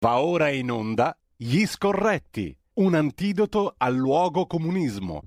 Va ora in onda Gli Scorretti, un antidoto al luogo comunismo.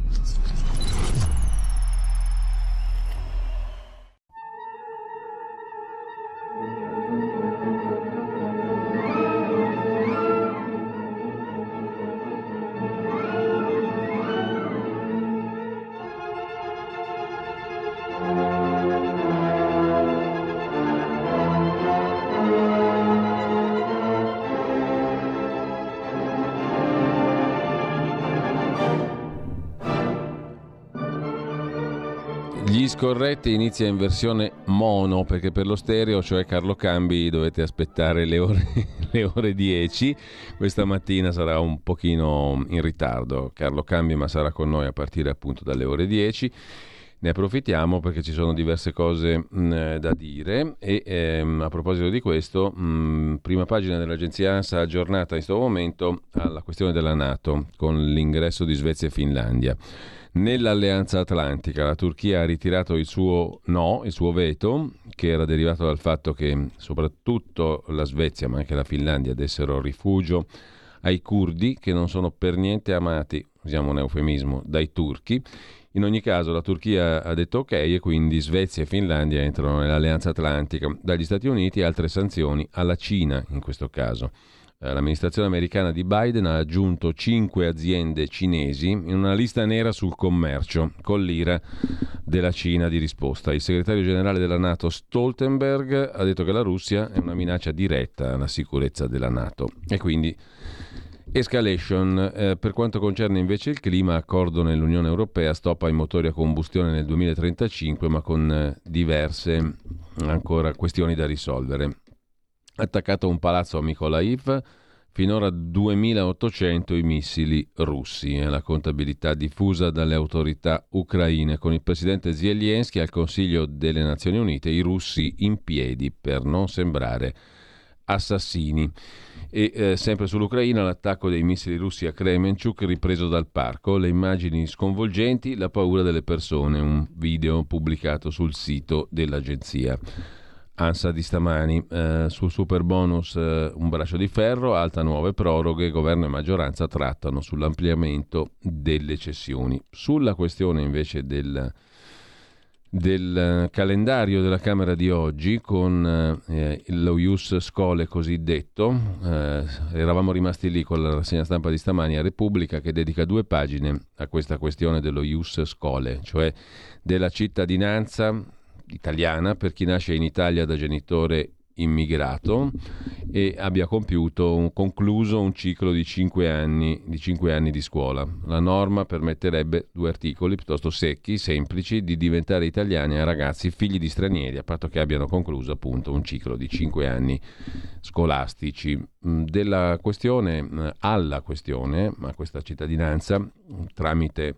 Gli Scorretti inizia in versione mono, perché per lo stereo, cioè Carlo Cambi, dovete aspettare le ore 10. Questa mattina sarà un pochino in ritardo Carlo Cambi, ma sarà con noi a partire appunto dalle ore 10. Ne approfittiamo perché ci sono diverse cose da dire e a proposito di questo, prima pagina dell'agenzia ANSA aggiornata in questo momento alla questione della NATO con l'ingresso di Svezia e Finlandia. Nell'Alleanza Atlantica la Turchia ha ritirato il suo veto, che era derivato dal fatto che soprattutto la Svezia ma anche la Finlandia dessero rifugio ai curdi, che non sono per niente amati, usiamo un eufemismo, dai turchi. In ogni caso la Turchia ha detto ok e quindi Svezia e Finlandia entrano nell'Alleanza Atlantica. Dagli Stati Uniti altre sanzioni alla Cina in questo caso. L'amministrazione americana di Biden ha aggiunto 5 aziende cinesi in una lista nera sul commercio con l'ira della Cina di risposta. Il segretario generale della NATO Stoltenberg ha detto che la Russia è una minaccia diretta alla sicurezza della NATO e quindi escalation. Per quanto concerne invece il clima, accordo nell'Unione Europea, stop ai motori a combustione nel 2035 ma con diverse ancora questioni da risolvere. Attaccato un palazzo a Mykolaiv, finora 2800 i missili russi, è la contabilità diffusa dalle autorità ucraine. Con il presidente Zelensky al Consiglio delle Nazioni Unite, i russi in piedi per non sembrare assassini. E sempre sull'Ucraina, l'attacco dei missili russi a Kremenchuk ripreso dal parco, le immagini sconvolgenti, la paura delle persone, un video pubblicato sul sito dell'agenzia ANSA di stamani. Sul super bonus un braccio di ferro, alta nuove proroghe, governo e maggioranza trattano sull'ampliamento delle cessioni. Sulla questione invece del calendario della Camera di oggi con lo Ius Scholae cosiddetto, eravamo rimasti lì con la rassegna stampa di stamani a Repubblica, che dedica 2 pagine a questa questione dello Ius Scholae, cioè della cittadinanza italiana per chi nasce in Italia da genitore immigrato e abbia concluso un ciclo di 5 anni di scuola. La norma permetterebbe 2 articoli piuttosto secchi, semplici, di diventare italiani a ragazzi figli di stranieri, a patto che abbiano concluso appunto un ciclo di 5 anni scolastici. Della questione alla questione, ma questa cittadinanza tramite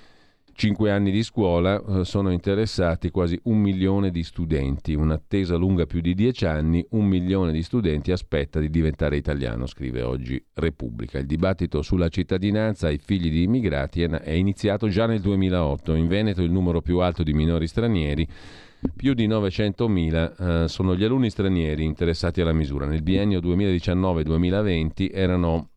5 anni di scuola sono interessati quasi 1 milione di studenti, un'attesa lunga più di 10 anni, 1 milione di studenti aspetta di diventare italiano, scrive oggi Repubblica. Il dibattito sulla cittadinanza ai figli di immigrati è iniziato già nel 2008. In Veneto il numero più alto di minori stranieri, più di 900.000, sono gli alunni stranieri interessati alla misura. Nel biennio 2019-2020 erano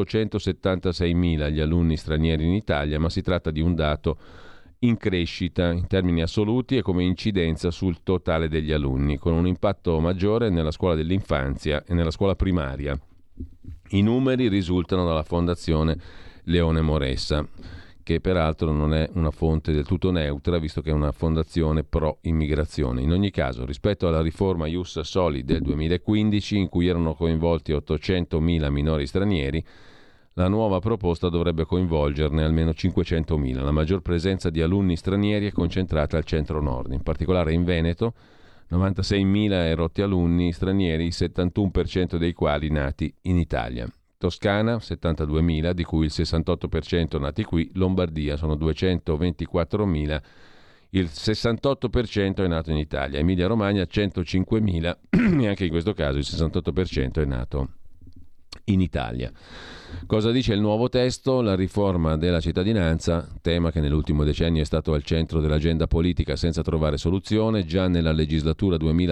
876.000 gli alunni stranieri in Italia, ma si tratta di un dato in crescita in termini assoluti e come incidenza sul totale degli alunni, con un impatto maggiore nella scuola dell'infanzia e nella scuola primaria. I numeri risultano dalla Fondazione Leone Moressa, che peraltro non è una fonte del tutto neutra, visto che è una fondazione pro-immigrazione. In ogni caso, rispetto alla riforma Ius Soli del 2015, in cui erano coinvolti 800.000 minori stranieri, la nuova proposta dovrebbe coinvolgerne almeno 500.000. La maggior presenza di alunni stranieri è concentrata al centro-nord, in particolare in Veneto, 96.000 erotti alunni stranieri, il 71% dei quali nati in Italia. Toscana 72.000, di cui il 68% nati qui. Lombardia sono 224.000, il 68% è nato in Italia. Emilia Romagna 105.000 e anche in questo caso il 68% è nato in Italia. Cosa dice il nuovo testo? La riforma della cittadinanza, tema che nell'ultimo decennio è stato al centro dell'agenda politica senza trovare soluzione. Già nella legislatura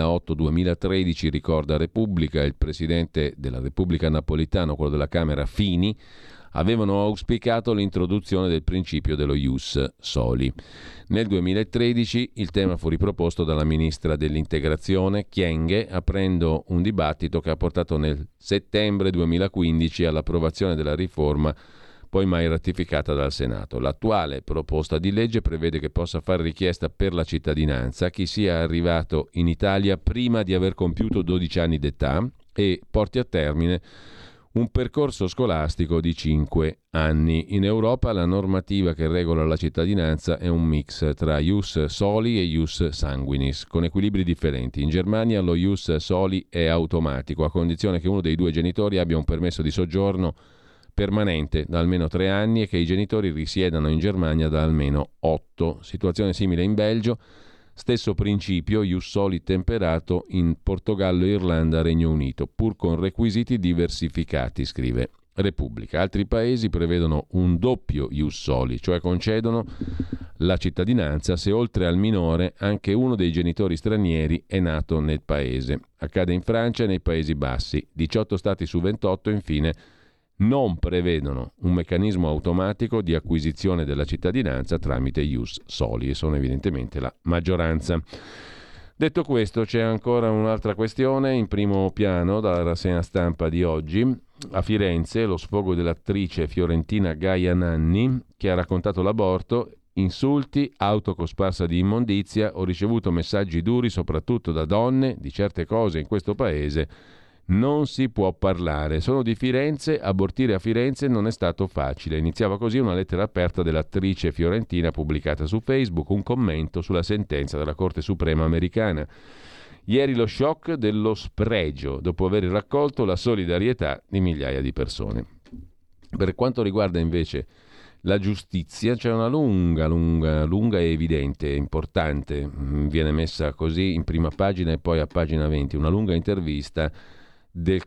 2008-2013, ricorda Repubblica, il presidente della Repubblica Napolitano, quello della Camera Fini, avevano auspicato l'introduzione del principio dello ius soli. Nel 2013 il tema fu riproposto dalla ministra dell'integrazione Kyenge, aprendo un dibattito che ha portato nel settembre 2015 all'approvazione della riforma, poi mai ratificata dal Senato. L'attuale proposta di legge prevede che possa fare richiesta per la cittadinanza chi sia arrivato in Italia prima di aver compiuto 12 anni d'età e porti a termine un percorso scolastico di 5 anni. In Europa la normativa che regola la cittadinanza è un mix tra ius soli e ius sanguinis, con equilibri differenti. In Germania lo ius soli è automatico, a condizione che uno dei due genitori abbia un permesso di soggiorno permanente da almeno 3 anni e che i genitori risiedano in Germania da almeno 8. Situazione simile in Belgio. Stesso principio, ius soli temperato in Portogallo, Irlanda, Regno Unito, pur con requisiti diversificati, scrive Repubblica. Altri paesi prevedono un doppio ius soli, cioè concedono la cittadinanza se oltre al minore anche uno dei genitori stranieri è nato nel paese. Accade in Francia e nei Paesi Bassi. 18 stati su 28, infine, non prevedono un meccanismo automatico di acquisizione della cittadinanza tramite ius soli e sono evidentemente la maggioranza. Detto questo, c'è ancora un'altra questione in primo piano dalla rassegna stampa di oggi. A Firenze lo sfogo dell'attrice fiorentina Gaia Nanni, che ha raccontato l'aborto, insulti, auto cosparsa di immondizia, ho ricevuto messaggi duri soprattutto da donne, di certe cose in questo paese non si può parlare. Sono di Firenze, abortire a Firenze non è stato facile. Iniziava così una lettera aperta dell'attrice fiorentina pubblicata su Facebook, un commento sulla sentenza della Corte Suprema americana. Ieri lo shock dello spregio, dopo aver raccolto la solidarietà di migliaia di persone. Per quanto riguarda invece la giustizia, c'è una lunga e evidente, importante, viene messa così in prima pagina e poi a pagina 20, una lunga intervista del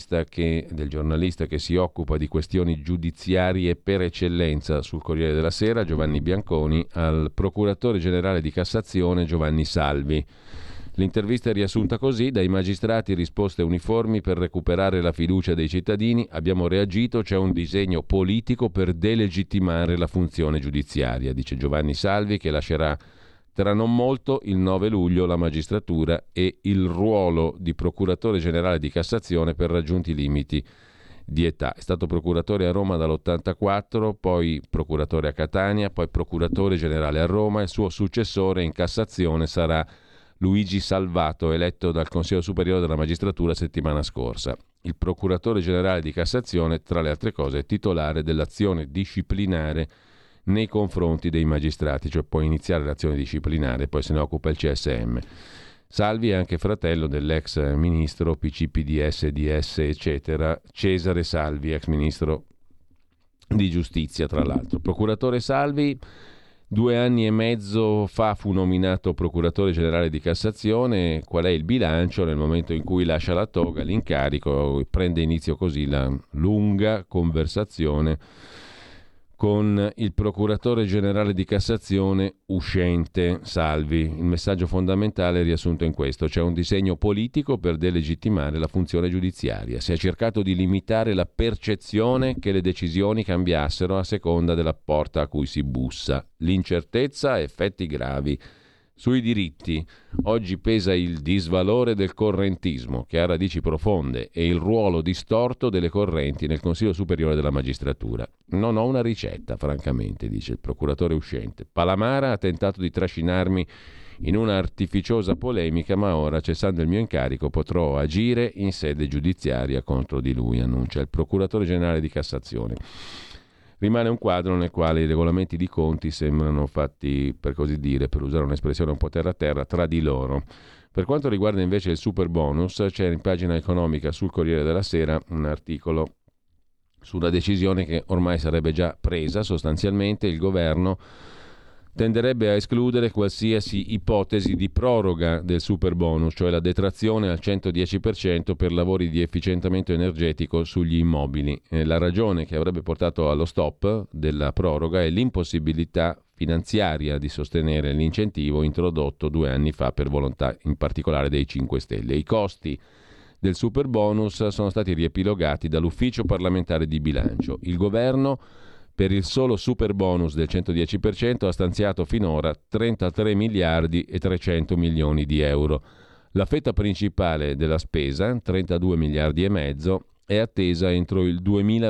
del giornalista che si occupa di questioni giudiziarie per eccellenza sul Corriere della Sera, Giovanni Bianconi, al procuratore generale di Cassazione Giovanni Salvi. L'intervista è riassunta così: dai magistrati risposte uniformi per recuperare la fiducia dei cittadini, abbiamo reagito, c'è un disegno politico per delegittimare la funzione giudiziaria, dice Giovanni Salvi, che lascerà tra non molto, il 9 luglio, la magistratura e il ruolo di procuratore generale di Cassazione per raggiunti limiti di età. È stato procuratore a Roma dall'84, poi procuratore a Catania, poi procuratore generale a Roma. Il suo successore in Cassazione sarà Luigi Salvato, eletto dal Consiglio Superiore della Magistratura settimana scorsa. Il procuratore generale di Cassazione, tra le altre cose, è titolare dell'azione disciplinare nei confronti dei magistrati, cioè può iniziare l'azione disciplinare, poi se ne occupa il CSM. Salvi è anche fratello dell'ex ministro PCPDS, DS, eccetera, Cesare Salvi, ex ministro di giustizia, tra l'altro. Procuratore Salvi 2 anni e mezzo fa fu nominato procuratore generale di Cassazione. Qual è il bilancio? Nel momento in cui lascia la toga, l'incarico, prende inizio così la lunga conversazione con il procuratore generale di Cassazione uscente, Salvi. Il messaggio fondamentale è riassunto in questo: c'è un disegno politico per delegittimare la funzione giudiziaria. Si è cercato di limitare la percezione che le decisioni cambiassero a seconda della porta a cui si bussa. L'incertezza ha effetti gravi sui diritti. Oggi pesa il disvalore del correntismo, che ha radici profonde, e il ruolo distorto delle correnti nel Consiglio Superiore della Magistratura. Non ho una ricetta, francamente, dice il procuratore uscente. Palamara ha tentato di trascinarmi in una artificiosa polemica, ma ora, cessando il mio incarico, potrò agire in sede giudiziaria contro di lui, annuncia il procuratore generale di Cassazione. Rimane un quadro nel quale i regolamenti di conti sembrano fatti, per così dire, per usare un'espressione un po' terra-terra, tra di loro. Per quanto riguarda invece il super bonus, c'è in pagina economica sul Corriere della Sera un articolo su una decisione che ormai sarebbe già presa. Sostanzialmente il governo tenderebbe a escludere qualsiasi ipotesi di proroga del superbonus, cioè la detrazione al 110% per lavori di efficientamento energetico sugli immobili. La ragione che avrebbe portato allo stop della proroga è l'impossibilità finanziaria di sostenere l'incentivo introdotto 2 anni fa per volontà in particolare dei 5 Stelle. I costi del superbonus sono stati riepilogati dall'Ufficio parlamentare di bilancio. Il governo per il solo superbonus del 110% ha stanziato finora 33 miliardi e 300 milioni di euro. La fetta principale della spesa, 32 miliardi e mezzo, è attesa entro il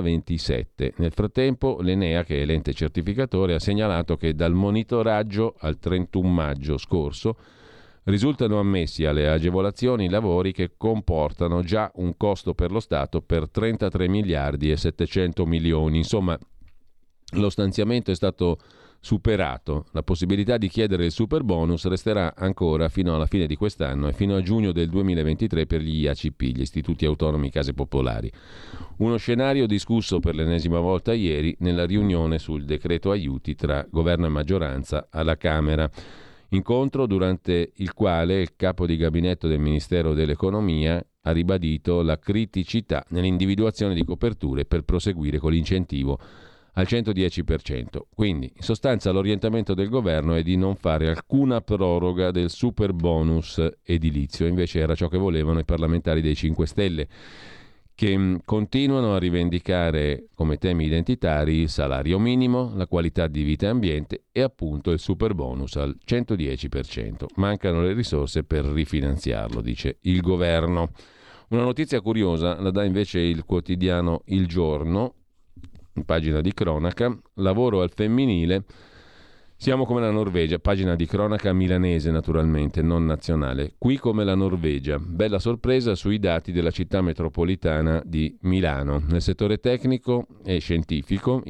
2027. Nel frattempo l'Enea, che è l'ente certificatore, ha segnalato che dal monitoraggio al 31 maggio scorso risultano ammessi alle agevolazioni lavori che comportano già un costo per lo Stato per 33 miliardi e 700 milioni. Insomma, lo stanziamento è stato superato. La possibilità di chiedere il superbonus resterà ancora fino alla fine di quest'anno e fino a giugno del 2023 per gli IACP, gli Istituti Autonomi Case Popolari. Uno scenario discusso per l'ennesima volta ieri nella riunione sul decreto aiuti tra governo e maggioranza alla Camera. Incontro durante il quale il capo di gabinetto del Ministero dell'Economia ha ribadito la criticità nell'individuazione di coperture per proseguire con l'incentivo al 110%. Quindi, in sostanza, l'orientamento del governo è di non fare alcuna proroga del super bonus edilizio. Invece era ciò che volevano i parlamentari dei 5 Stelle, che continuano a rivendicare come temi identitari il salario minimo, la qualità di vita e ambiente e appunto il super bonus al 110%. Mancano le risorse per rifinanziarlo, dice il governo. Una notizia curiosa la dà invece il quotidiano Il Giorno, in pagina di cronaca: lavoro al femminile, siamo come la Norvegia, pagina di cronaca milanese naturalmente, non nazionale. Qui come la Norvegia, bella sorpresa sui dati della città metropolitana di Milano. Nel settore tecnico e scientifico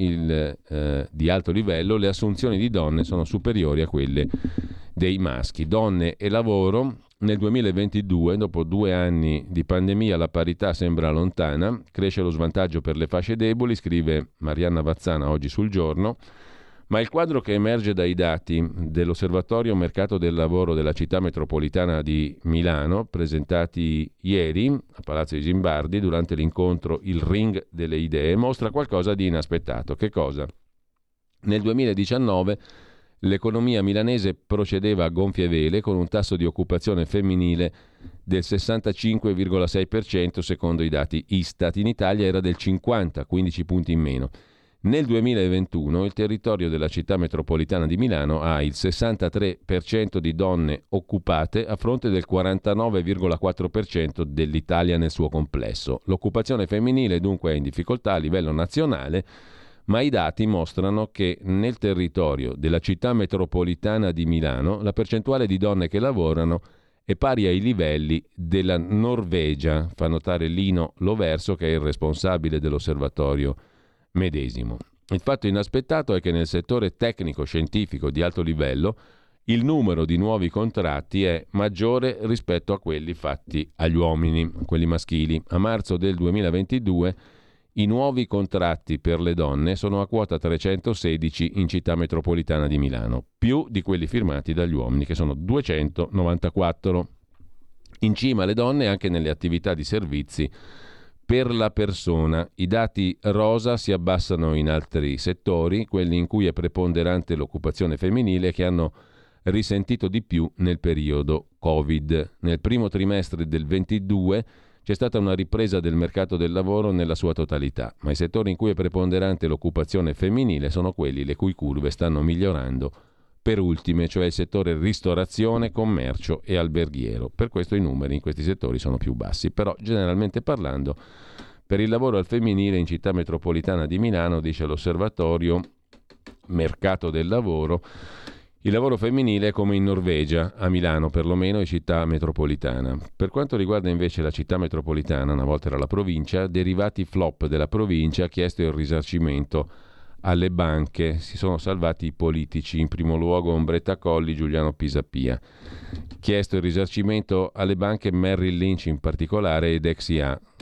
di alto livello le assunzioni di donne sono superiori a quelle dei maschi. Donne e lavoro. Nel 2022, dopo 2 anni di pandemia, la parità sembra lontana, cresce lo svantaggio per le fasce deboli, scrive Marianna Vazzana oggi sul Giorno, ma il quadro che emerge dai dati dell'Osservatorio Mercato del Lavoro della città metropolitana di Milano, presentati ieri a Palazzo di Zimbardi durante l'incontro Il Ring delle Idee, mostra qualcosa di inaspettato. Che cosa? Nel 2019 l'economia milanese procedeva a gonfie vele con un tasso di occupazione femminile del 65,6% secondo i dati Istat. In Italia era del 50, 15 punti in meno. Nel 2021 il territorio della città metropolitana di Milano ha il 63% di donne occupate a fronte del 49,4% dell'Italia nel suo complesso. L'occupazione femminile dunque è in difficoltà a livello nazionale, ma i dati mostrano che nel territorio della città metropolitana di Milano la percentuale di donne che lavorano è pari ai livelli della Norvegia, fa notare Lino Loverso, che è il responsabile dell'osservatorio medesimo. Il fatto inaspettato è che nel settore tecnico-scientifico di alto livello il numero di nuovi contratti è maggiore rispetto a quelli fatti agli uomini, quelli maschili. A marzo del 2022 i nuovi contratti per le donne sono a quota 316 in città metropolitana di Milano, più di quelli firmati dagli uomini, che sono 294. In cima le donne anche nelle attività di servizi per la persona. I dati rosa si abbassano in altri settori, quelli in cui è preponderante l'occupazione femminile, che hanno risentito di più nel periodo Covid. Nel primo trimestre del 2022 c'è stata una ripresa del mercato del lavoro nella sua totalità, ma i settori in cui è preponderante l'occupazione femminile sono quelli le cui curve stanno migliorando per ultime, cioè il settore ristorazione, commercio e alberghiero. Per questo i numeri in questi settori sono più bassi, però generalmente parlando per il lavoro al femminile in città metropolitana di Milano, dice l'Osservatorio Mercato del Lavoro, il lavoro femminile è come in Norvegia, a Milano perlomeno, e città metropolitana. Per quanto riguarda invece la città metropolitana, una volta era la provincia, derivati flop della provincia ha chiesto il risarcimento alle banche. Si sono salvati i politici, in primo luogo Ombretta Colli, Giuliano Pisapia. Chiesto il risarcimento alle banche Merrill Lynch in particolare ed XIA.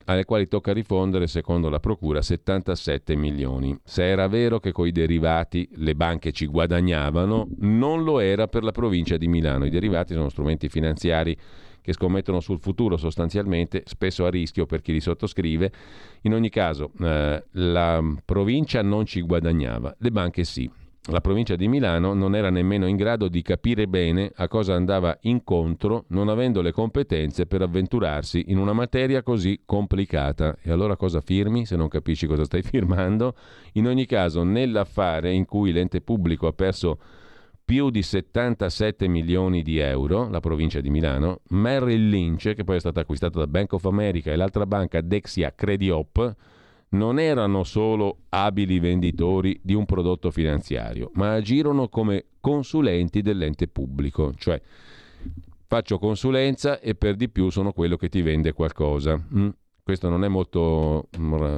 alle quali tocca rifondere, secondo la procura, 77 milioni. Se era vero che coi derivati le banche ci guadagnavano, non lo era per la provincia di Milano. I derivati sono strumenti finanziari che scommettono sul futuro sostanzialmente, spesso a rischio per chi li sottoscrive. In ogni caso, la provincia non ci guadagnava, le banche sì. La provincia di Milano non era nemmeno in grado di capire bene a cosa andava incontro, non avendo le competenze per avventurarsi in una materia così complicata. E allora cosa firmi se non capisci cosa stai firmando? In ogni caso, nell'affare in cui l'ente pubblico ha perso più di 77 milioni di euro, la provincia di Milano, Merrill Lynch, che poi è stata acquistata da Bank of America, e l'altra banca Dexia Crediop, non erano solo abili venditori di un prodotto finanziario, ma agirono come consulenti dell'ente pubblico, cioè faccio consulenza e per di più sono quello che ti vende qualcosa. Questo non è molto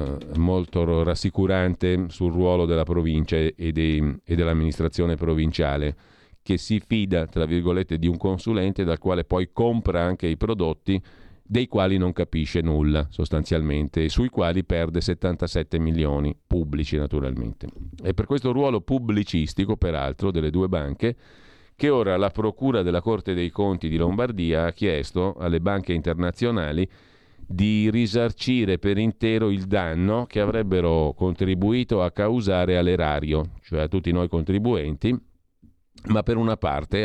rassicurante sul ruolo della provincia e dell'amministrazione provinciale, che si fida, tra virgolette, di un consulente dal quale poi compra anche i prodotti dei quali non capisce nulla sostanzialmente e sui quali perde 77 milioni pubblici naturalmente. È per questo ruolo pubblicistico, peraltro, delle due banche che ora la Procura della Corte dei Conti di Lombardia ha chiesto alle banche internazionali di risarcire per intero il danno che avrebbero contribuito a causare all'erario, cioè a tutti noi contribuenti, ma per una parte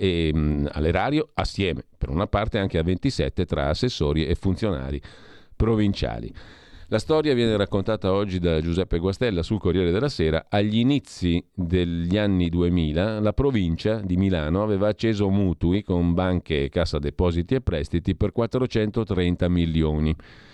all'erario assieme, per una parte anche a 27 tra assessori e funzionari provinciali. La storia viene raccontata oggi da Giuseppe Guastella sul Corriere della Sera. Agli inizi degli anni 2000 la provincia di Milano aveva acceso mutui con banche e Cassa Depositi e Prestiti per 430 milioni.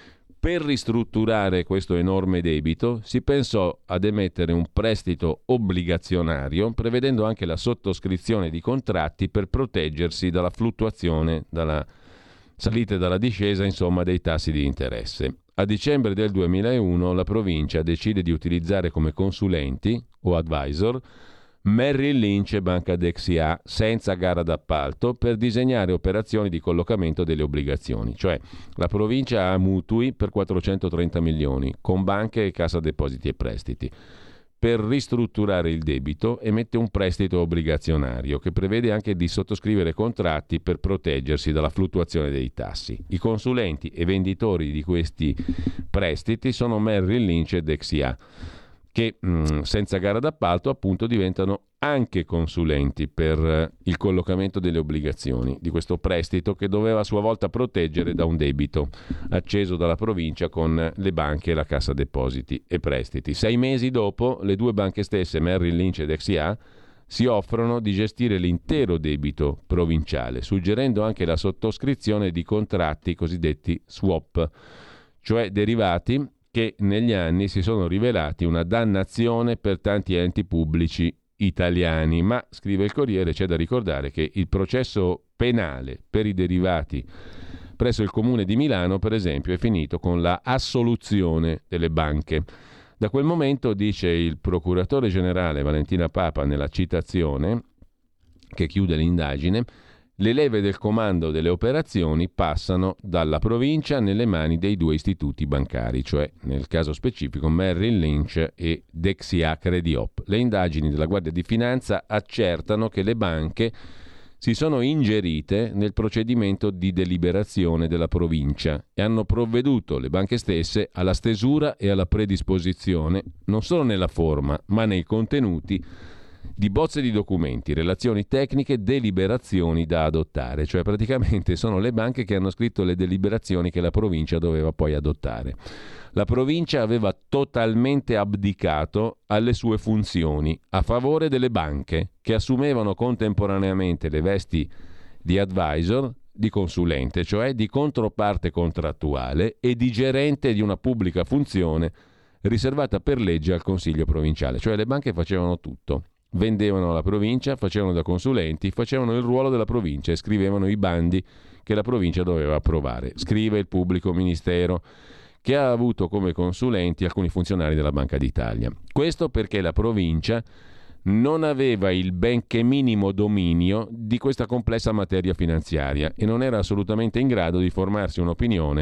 Per ristrutturare questo enorme debito si pensò ad emettere un prestito obbligazionario, prevedendo anche la sottoscrizione di contratti per proteggersi dalla fluttuazione, dalla salita e dalla discesa, insomma, dei tassi di interesse. A dicembre del 2001 la provincia decide di utilizzare come consulenti o advisor Merrill Lynch e Banca Dexia senza gara d'appalto per disegnare operazioni di collocamento delle obbligazioni, cioè la provincia ha mutui per 430 milioni con banche e Cassa Depositi e Prestiti. Per ristrutturare il debito emette un prestito obbligazionario che prevede anche di sottoscrivere contratti per proteggersi dalla fluttuazione dei tassi. I consulenti e venditori di questi prestiti sono Merrill Lynch e Dexia, che senza gara d'appalto appunto diventano anche consulenti per il collocamento delle obbligazioni di questo prestito che doveva a sua volta proteggere da un debito acceso dalla provincia con le banche e la Cassa Depositi e Prestiti. 6 mesi dopo le due banche stesse, Merrill Lynch e Dexia, si offrono di gestire l'intero debito provinciale, suggerendo anche la sottoscrizione di contratti cosiddetti swap, cioè derivati che negli anni si sono rivelati una dannazione per tanti enti pubblici italiani. Ma, scrive il Corriere, c'è da ricordare che il processo penale per i derivati presso il Comune di Milano, per esempio, è finito con la assoluzione delle banche. Da quel momento, dice il procuratore generale Valentina Papa nella citazione che chiude l'indagine, le leve del comando delle operazioni passano dalla provincia nelle mani dei due istituti bancari, cioè nel caso specifico Merrill Lynch e Dexia Crediop. Le indagini della Guardia di Finanza accertano che le banche si sono ingerite nel procedimento di deliberazione della provincia e hanno provveduto, le banche stesse, alla stesura e alla predisposizione, non solo nella forma, ma nei contenuti, di bozze di documenti, relazioni tecniche, deliberazioni da adottare, cioè praticamente sono le banche che hanno scritto le deliberazioni che la provincia doveva poi adottare. La provincia aveva totalmente abdicato alle sue funzioni a favore delle banche che assumevano contemporaneamente le vesti di advisor, di consulente, cioè di controparte contrattuale e di gerente di una pubblica funzione riservata per legge al Consiglio provinciale, cioè le banche facevano tutto. Vendevano alla provincia, facevano da consulenti, facevano il ruolo della provincia e scrivevano i bandi che la provincia doveva approvare. Scrive il pubblico ministero, che ha avuto come consulenti alcuni funzionari della Banca d'Italia. Questo perché la provincia non aveva il benché minimo dominio di questa complessa materia finanziaria e non era assolutamente in grado di formarsi un'opinione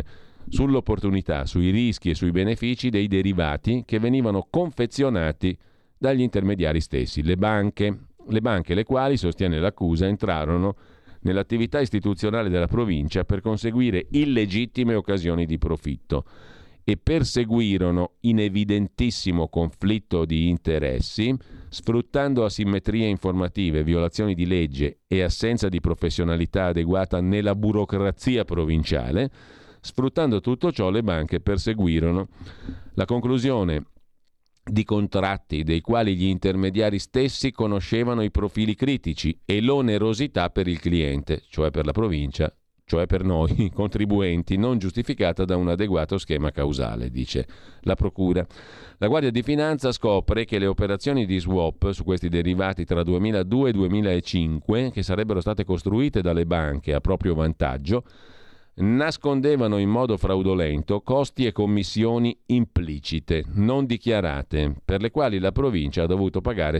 sull'opportunità, sui rischi e sui benefici dei derivati che venivano confezionati dagli intermediari stessi, le banche, le quali, sostiene l'accusa, entrarono nell'attività istituzionale della provincia per conseguire illegittime occasioni di profitto e perseguirono in evidentissimo conflitto di interessi, sfruttando asimmetrie informative, violazioni di legge e assenza di professionalità adeguata nella burocrazia provinciale. Sfruttando tutto ciò, le banche perseguirono la conclusione di contratti dei quali gli intermediari stessi conoscevano i profili critici e l'onerosità per il cliente, cioè per la provincia, cioè per noi contribuenti, non giustificata da un adeguato schema causale, dice la Procura. La Guardia di Finanza scopre che le operazioni di swap su questi derivati tra 2002 e 2005, che sarebbero state costruite dalle banche a proprio vantaggio, nascondevano in modo fraudolento costi e commissioni implicite, non dichiarate, per le quali la provincia ha dovuto pagare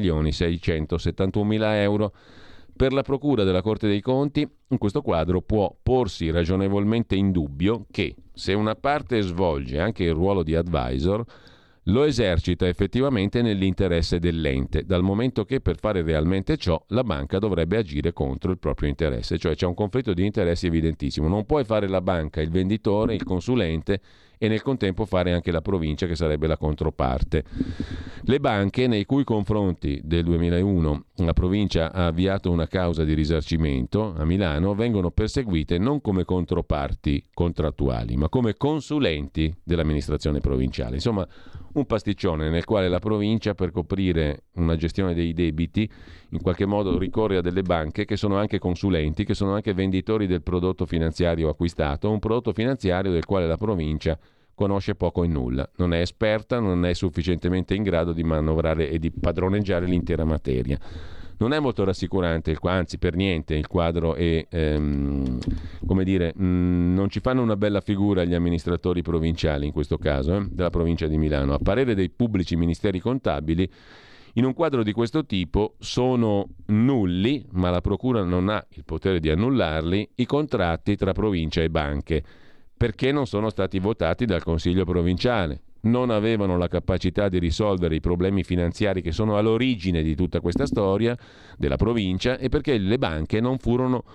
6.671.000 euro. Per la Procura della Corte dei Conti, in questo quadro può porsi ragionevolmente in dubbio che, se una parte svolge anche il ruolo di advisor, lo esercita effettivamente nell'interesse dell'ente, dal momento che per fare realmente ciò la banca dovrebbe agire contro il proprio interesse, cioè c'è un conflitto di interessi evidentissimo. Non puoi fare la banca, il venditore, il consulente e nel contempo fare anche la provincia, che sarebbe la controparte. Le banche, nei cui confronti del 2001 la provincia ha avviato una causa di risarcimento a Milano, vengono perseguite non come controparti contrattuali, ma come consulenti dell'amministrazione provinciale. Insomma, un pasticcione nel quale la provincia, per coprire una gestione dei debiti, in qualche modo ricorre a delle banche che sono anche consulenti, che sono anche venditori del prodotto finanziario acquistato, un prodotto finanziario del quale la provincia conosce poco e nulla, non è esperta, non è sufficientemente in grado di manovrare e di padroneggiare l'intera materia. Non è molto rassicurante, anzi per niente, il quadro e non ci fanno una bella figura gli amministratori provinciali in questo caso, della provincia di Milano. A parere dei pubblici ministeri contabili, in un quadro di questo tipo sono nulli, ma la Procura non ha il potere di annullarli, i contratti tra provincia e banche, perché non sono stati votati dal Consiglio provinciale. Non avevano la capacità di risolvere i problemi finanziari che sono all'origine di tutta questa storia della provincia e perché le banche non furono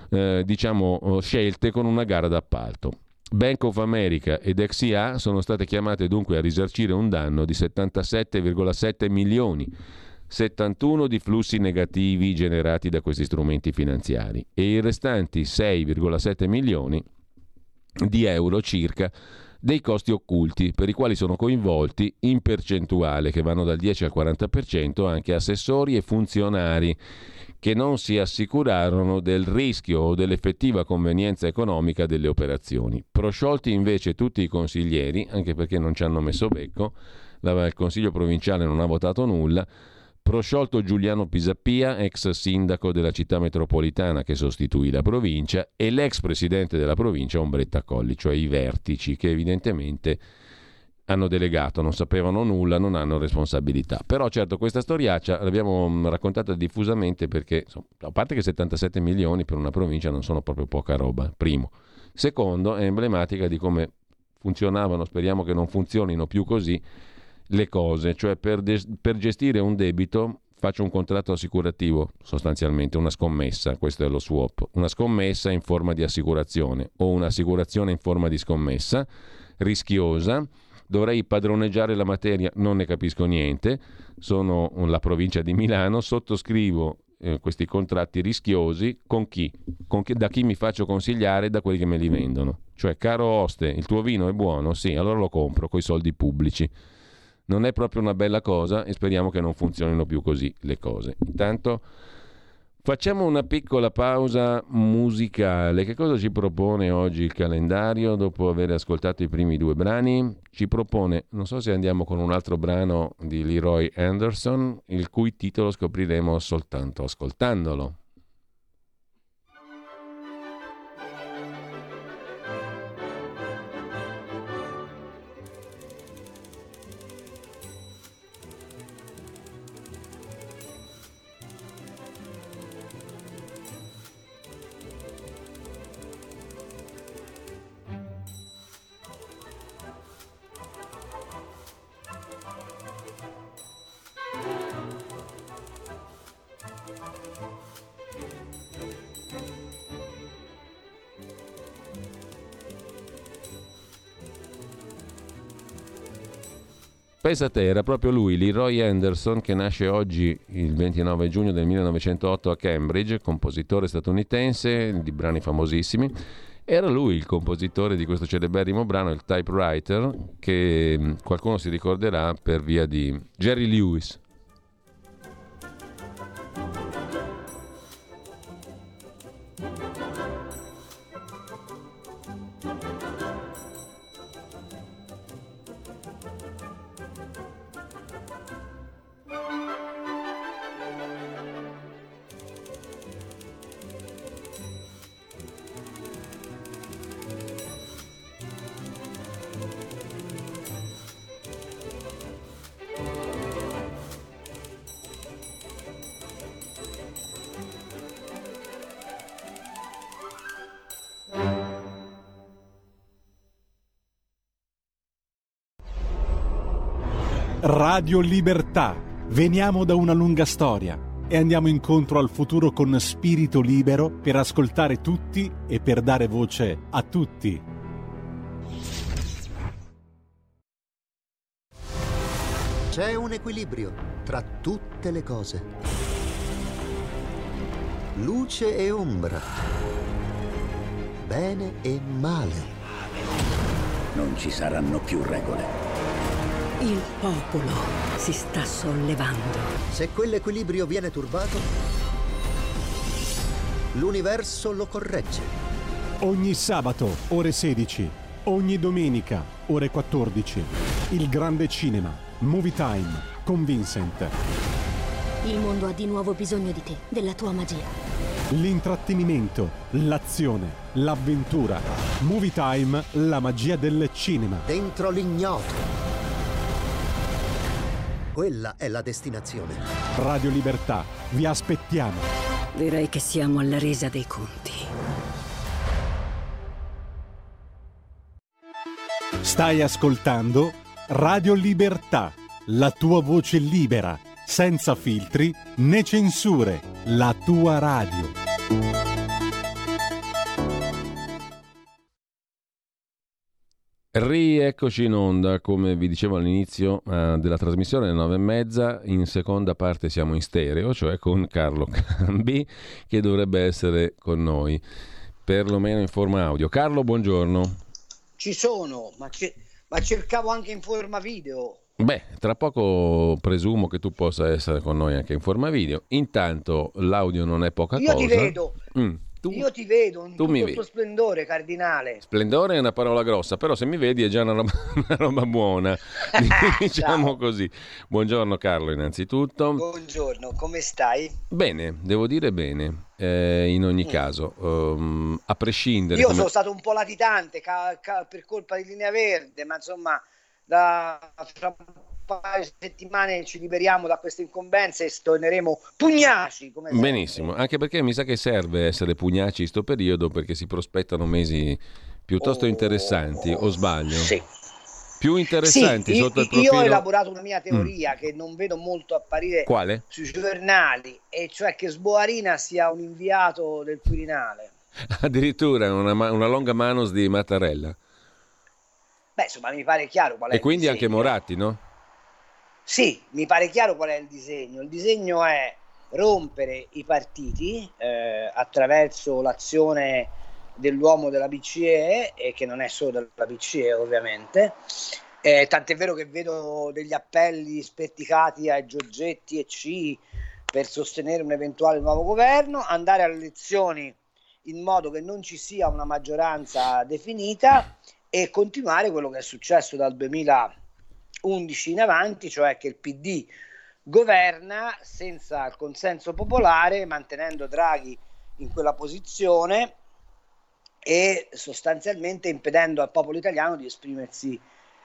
scelte con una gara d'appalto. Bank of America ed XIA sono state chiamate dunque a risarcire un danno di 77,7 milioni, 71 di flussi negativi generati da questi strumenti finanziari e i restanti 6,7 milioni di euro circa dei costi occulti, per i quali sono coinvolti in percentuale che vanno dal 10 al 40% anche assessori e funzionari che non si assicurarono del rischio o dell'effettiva convenienza economica delle operazioni. Prosciolti invece tutti i consiglieri, anche perché non ci hanno messo becco, il Consiglio provinciale non ha votato nulla. Prosciolto Giuliano Pisappia, ex sindaco della città metropolitana che sostituì la provincia, e l'ex presidente della provincia Ombretta Colli, cioè i vertici che evidentemente hanno delegato, non sapevano nulla, non hanno responsabilità. Però certo questa storiaccia l'abbiamo raccontata diffusamente perché, insomma, a parte che 77 milioni per una provincia non sono proprio poca roba, primo. Secondo, è emblematica di come funzionavano, speriamo che non funzionino più così, le cose, cioè per gestire un debito faccio un contratto assicurativo, sostanzialmente una scommessa, questo è lo swap, una scommessa in forma di assicurazione o un'assicurazione in forma di scommessa, rischiosa, dovrei padroneggiare la materia, non ne capisco niente, sono la provincia di Milano, sottoscrivo questi contratti rischiosi con chi? Da chi mi faccio consigliare? Da quelli che me li vendono, cioè caro oste, il tuo vino è buono? Sì, allora lo compro coi soldi pubblici. Non è proprio una bella cosa e speriamo che non funzionino più così le cose. Intanto facciamo una piccola pausa musicale. Che cosa ci propone oggi il calendario dopo aver ascoltato i primi due brani? Ci propone, non so se andiamo con un altro brano di Leroy Anderson, il cui titolo scopriremo soltanto ascoltandolo. Pensa te, era proprio lui, Leroy Anderson, che nasce oggi il 29 giugno del 1908 a Cambridge, compositore statunitense di brani famosissimi. Era lui il compositore di questo celeberrimo brano, il Typewriter, che qualcuno si ricorderà per via di Jerry Lewis. Radio Libertà. Veniamo da una lunga storia e andiamo incontro al futuro con spirito libero per ascoltare tutti e per dare voce a tutti. C'è un equilibrio tra tutte le cose. Luce e ombra. Bene e male. Non ci saranno più regole. Il popolo si sta sollevando. Se quell'equilibrio viene turbato, l'universo lo corregge. Ogni sabato, ore 16. Ogni domenica, ore 14. Il grande cinema, Movie Time, con Vincent. Il mondo ha di nuovo bisogno di te, della tua magia. L'intrattenimento, l'azione, l'avventura. Movie Time, la magia del cinema. Dentro l'ignoto. Quella è la destinazione. Radio Libertà, vi aspettiamo. Direi che siamo alla resa dei conti. Stai ascoltando Radio Libertà, la tua voce libera, senza filtri né censure, la tua radio. Rieccoci in onda, come vi dicevo all'inizio della trasmissione, alle 9:30. In seconda parte siamo in stereo, cioè con Carlo Cambi, che dovrebbe essere con noi, perlomeno in forma audio. Carlo, buongiorno. Ci sono, ma cercavo anche in forma video. Beh, tra poco presumo che tu possa essere con noi anche in forma video. Intanto l'audio non è poca cosa. Io ti vedo. Io ti vedo in tutto il tuo splendore, cardinale. Splendore è una parola grossa, però se mi vedi è già una roba buona, diciamo così. Buongiorno Carlo, innanzitutto. Buongiorno, come stai? Bene, devo dire bene, in ogni caso, a prescindere. Io sono stato un po' latitante per colpa di Linea Verde, ma insomma, fra un paio di settimane ci liberiamo da queste incombenze e torneremo pugnaci. Come benissimo, anche perché mi sa che serve essere pugnaci in sto periodo, perché si prospettano mesi piuttosto interessanti, o sbaglio? Sì. Più interessanti, sì, sotto il profilo... Io ho elaborato una mia teoria che non vedo molto apparire Quale? Sui giornali, e cioè che Sboarina sia un inviato del Quirinale. Addirittura una longa manos di Mattarella. Beh, insomma, mi pare chiaro qual è e quindi disegno. Anche Moratti, no? Sì, mi pare chiaro qual è il disegno. Il disegno è rompere i partiti attraverso l'azione dell'uomo della BCE, e che non è solo della BCE ovviamente, tant'è vero che vedo degli appelli sperticati ai Giorgetti e C per sostenere un eventuale nuovo governo, andare alle elezioni in modo che non ci sia una maggioranza definita e continuare quello che è successo dal 2011 in avanti, cioè che il PD governa senza il consenso popolare, mantenendo Draghi in quella posizione e sostanzialmente impedendo al popolo italiano di esprimersi,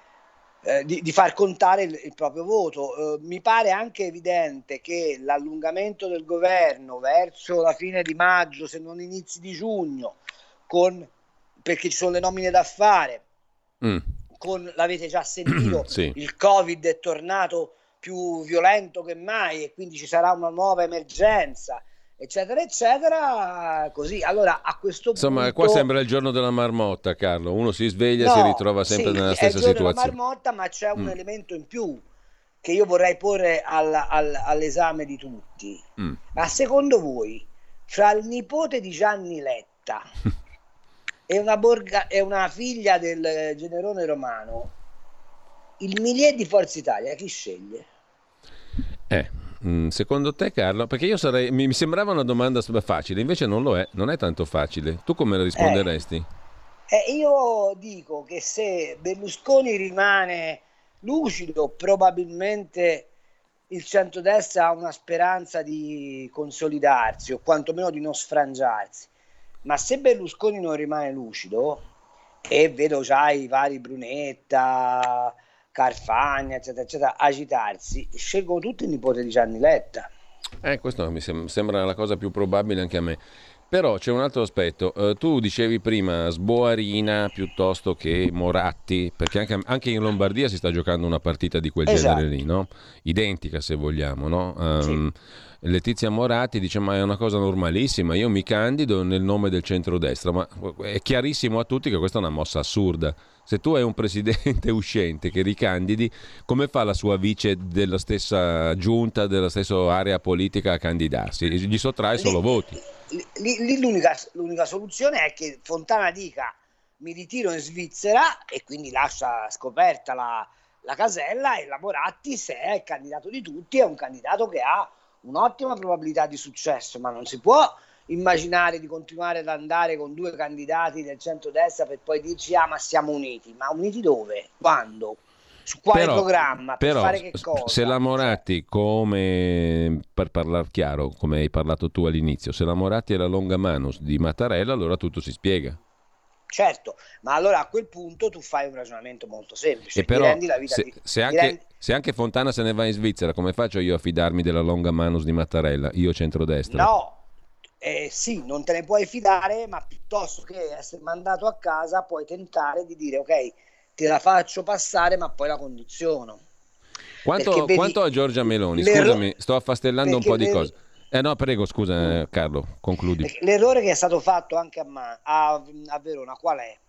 di far contare il proprio voto. Mi pare anche evidente che l'allungamento del governo verso la fine di maggio, se non inizi di giugno, perché ci sono le nomine da fare, l'avete già sentito, sì. Il Covid è tornato più violento che mai e quindi ci sarà una nuova emergenza, eccetera eccetera, così. Allora a questo Insomma, punto, qua sembra il giorno della marmotta, Carlo. Uno si sveglia e no, si ritrova sempre sì, nella è il stessa giorno della situazione. marmotta, ma c'è un elemento in più che io vorrei porre all'esame di tutti. Ma secondo voi, fra il nipote di Gianni Letta e una figlia del generone Romano, il milieu di Forza Italia chi sceglie? Secondo te, Carlo? Perché io mi sembrava una domanda facile, invece non lo è, non è tanto facile. Tu come la risponderesti? Io dico che se Berlusconi rimane lucido, probabilmente il centrodestra ha una speranza di consolidarsi o quantomeno di non sfrangiarsi. Ma se Berlusconi non rimane lucido, e vedo già i vari Brunetta, Carfagna, eccetera, eccetera, agitarsi, scelgono tutti il nipote di Gianni Letta. Questo mi sembra la cosa più probabile anche a me. Però c'è un altro aspetto. Tu dicevi prima Sboarina piuttosto che Moratti, perché anche in Lombardia si sta giocando una partita di quel genere lì, no? Identica se vogliamo, no? Sì. Letizia Moratti dice ma è una cosa normalissima, io mi candido nel nome del centrodestra, ma è chiarissimo a tutti che questa è una mossa assurda. Se tu hai un presidente uscente che ricandidi, come fa la sua vice della stessa giunta, della stessa area politica a candidarsi? Gli sottrae solo voti. L'unica soluzione è che Fontana dica mi ritiro in Svizzera e quindi lascia scoperta la casella, e la Moratti, se è il candidato di tutti, è un candidato che ha un'ottima probabilità di successo, ma non si può immaginare di continuare ad andare con due candidati del centrodestra per poi dirci ma siamo uniti. Ma uniti dove? Quando? Su quale programma? Per fare che cosa? Se la Moratti, come per parlare chiaro, come hai parlato tu all'inizio, se la Moratti è la longa manus di Mattarella, allora tutto si spiega. Certo, ma allora a quel punto tu fai un ragionamento molto semplice. E però, se anche Fontana se ne va in Svizzera, come faccio io a fidarmi della longa manus di Mattarella, io centrodestra? No, sì, non te ne puoi fidare, ma piuttosto che essere mandato a casa puoi tentare di dire ok, te la faccio passare, ma poi la condiziono. Quanto a Giorgia Meloni? Scusami, sto affastellando un po' di cose. No, prego, scusa Carlo, concludi. L'errore che è stato fatto anche a Verona qual è?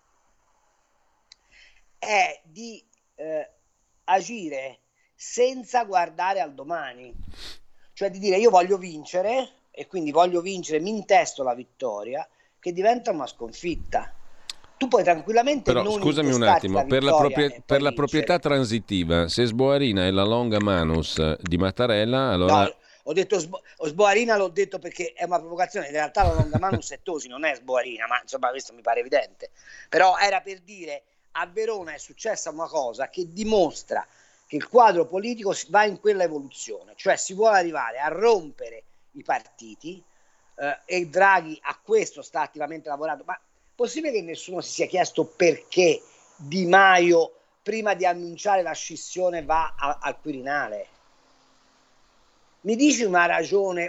È di agire senza guardare al domani. Cioè di dire io voglio vincere e quindi voglio vincere, mi intesto la vittoria, che diventa una sconfitta. Tu puoi tranquillamente però, non scusami un attimo, per la proprietà transitiva, se Sboarina è la longa manus di Mattarella, allora... No, ho detto Sboarina, l'ho detto perché è una provocazione, in realtà la longa manus è Tosi, non è Sboarina, ma insomma questo mi pare evidente. Però era per dire, a Verona è successa una cosa che dimostra che il quadro politico va in quella evoluzione, cioè si vuole arrivare a rompere i partiti, e Draghi a questo sta attivamente lavorando. Ma possibile che nessuno si sia chiesto perché Di Maio, prima di annunciare la scissione, va al Quirinale? Mi dici una ragione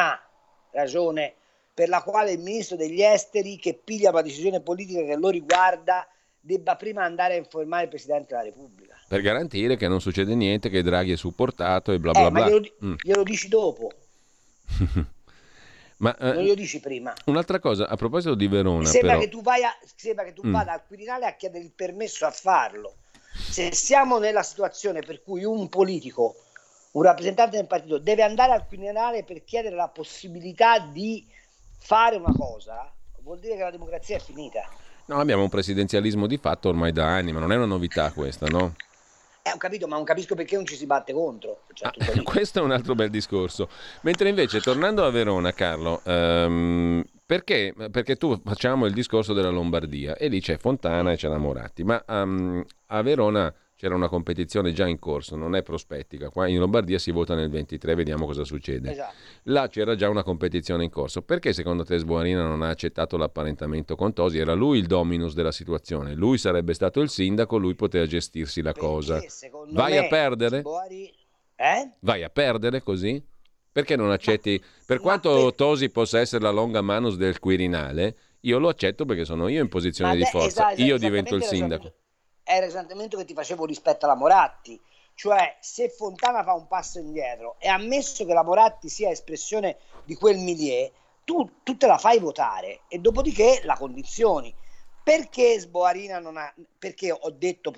per la quale il ministro degli esteri, che piglia una decisione politica che lo riguarda, debba prima andare a informare il Presidente della Repubblica? Per garantire che non succede niente, che Draghi è supportato e bla bla bla. Ma glielo dici dopo. Ma, non glielo dici prima. Un'altra cosa, a proposito di Verona, sembra però... che tu vada al Quirinale a chiedere il permesso a farlo. Se siamo nella situazione per cui un politico, un rappresentante del partito, deve andare al Quirinale per chiedere la possibilità di fare una cosa, vuol dire che la democrazia è finita. No, abbiamo un presidenzialismo di fatto ormai da anni, ma non è una novità questa, no? Ho capito, ma non capisco perché non ci si batte contro. Questo è un altro bel discorso. Mentre invece, tornando a Verona, Carlo, perché tu facciamo il discorso della Lombardia e lì c'è Fontana e c'è la Moratti, ma a Verona c'era una competizione già in corso, non è prospettica. Qua in Lombardia si vota nel 23, vediamo cosa succede. Esatto. Là c'era già una competizione in corso. Perché secondo te Sboarina non ha accettato l'apparentamento con Tosi? Era lui il dominus della situazione, lui sarebbe stato il sindaco, lui poteva gestirsi la cosa. Vai a perdere? Vai a perdere così? Perché non accetti? Per quanto Tosi possa essere la longa manus del Quirinale, io lo accetto perché sono io in posizione di forza, io divento il sindaco. È il ragionamento che ti facevo rispetto alla Moratti, Cioè, se Fontana fa un passo indietro e ammesso che la Moratti sia espressione di quel milieu, tu te la fai votare e dopodiché la condizioni. Perché Sboarina non ha... Perché ho detto